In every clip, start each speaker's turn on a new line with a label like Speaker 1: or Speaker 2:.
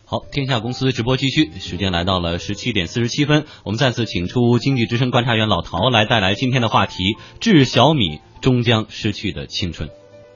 Speaker 1: 好，天下公司直播继续，时间来到了17点47分，我们再次请出经济之声观察员老陶来带来今天的话题：致小米终将失去的青春。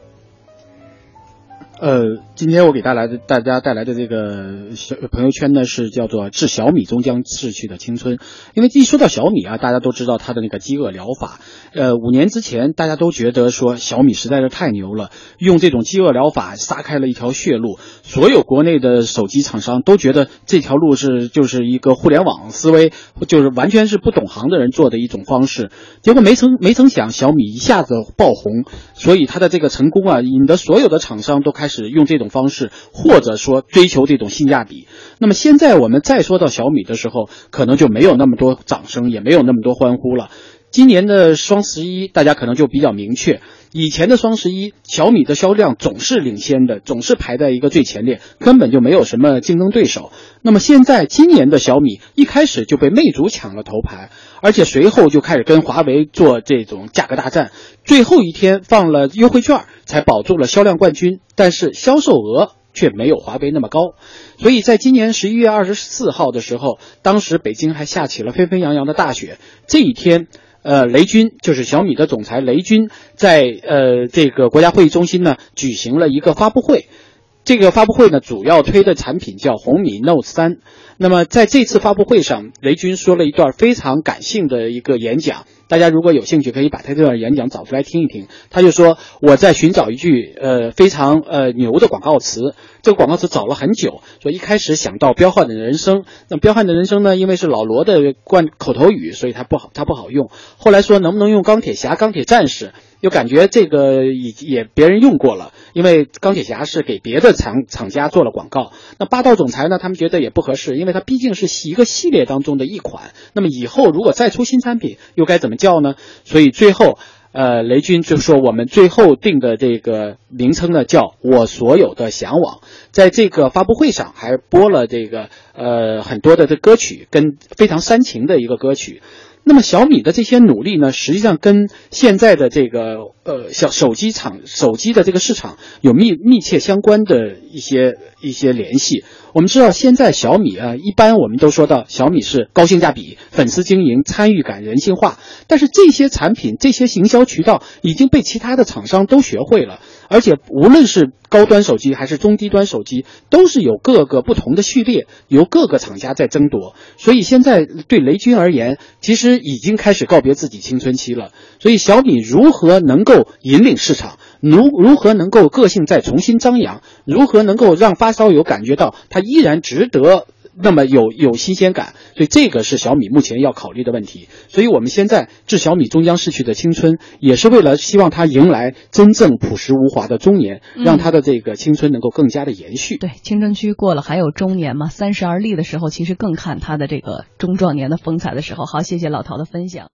Speaker 2: 今天我给大家带来的这个朋友圈呢，是叫做致小米终将逝去的青春。因为一说到小米啊，大家都知道它的那个饥饿疗法。5年之前大家都觉得说小米实在是太牛了，用这种饥饿疗法撒开了一条血路，所有国内的手机厂商都觉得这条路就是一个互联网思维，就是完全是不懂行的人做的一种方式。结果没曾想小米一下子爆红，所以它的这个成功啊，引得所有的厂商都开始用这种方式，或者说追求这种性价比。那么现在我们再说到小米的时候，可能就没有那么多掌声，也没有那么多欢呼了。今年的双11大家可能就比较明确，以前的双11小米的销量总是领先的，总是排在一个最前列，根本就没有什么竞争对手。那么现在今年的小米一开始就被魅族抢了头牌，而且随后就开始跟华为做这种价格大战，最后一天放了优惠券才保住了销量冠军，但是销售额却没有华为那么高。所以在今年11月24号的时候，当时北京还下起了纷纷扬扬的大雪，这一天雷军就是小米的总裁雷军在这个国家会议中心呢举行了一个发布会。这个发布会呢主要推的产品叫红米 Note 3。那么在这次发布会上，雷军说了一段非常感性的一个演讲，大家如果有兴趣可以把他这段演讲找出来听一听。他就说我在寻找一句非常牛的广告词，这个广告词找了很久，说一开始想到彪悍的人生，那彪悍的人生呢，因为是老罗的口头语，所以它不好用。后来说能不能用钢铁侠、钢铁战士，又感觉这个也别人用过了，因为钢铁侠是给别的厂家做了广告。那霸道总裁呢，他们觉得也不合适，因为它毕竟是一个系列当中的一款，那么以后如果再出新产品又该怎么叫呢？所以最后雷军就说我们最后定的这个名称呢叫我所有的向往。在这个发布会上还播了这个很多的歌曲，跟非常煽情的一个歌曲。那么小米的这些努力呢，实际上跟现在的这个手机的这个市场有密切相关的一些联系。我们知道现在小米一般我们都说到小米是高性价比、粉丝经营、参与感、人性化，但是这些产品、这些行销渠道已经被其他的厂商都学会了，而且无论是高端手机还是中低端手机，都是有各个不同的序列，由各个厂家在争夺。所以现在对雷军而言，其实已经开始告别自己青春期了。所以小米如何能够引领市场，如何能够个性再重新张扬，如何能够让发烧友感觉到它依然值得那么有新鲜感，所以这个是小米目前要考虑的问题。所以我们现在致小米终将逝去的青春，也是为了希望它迎来真正朴实无华的中年，让它的这个青春能够更加的延续。
Speaker 3: 对，青春期过了还有中年嘛，30而立的时候，其实更看它的这个中壮年的风采的时候。好，谢谢老陶的分享。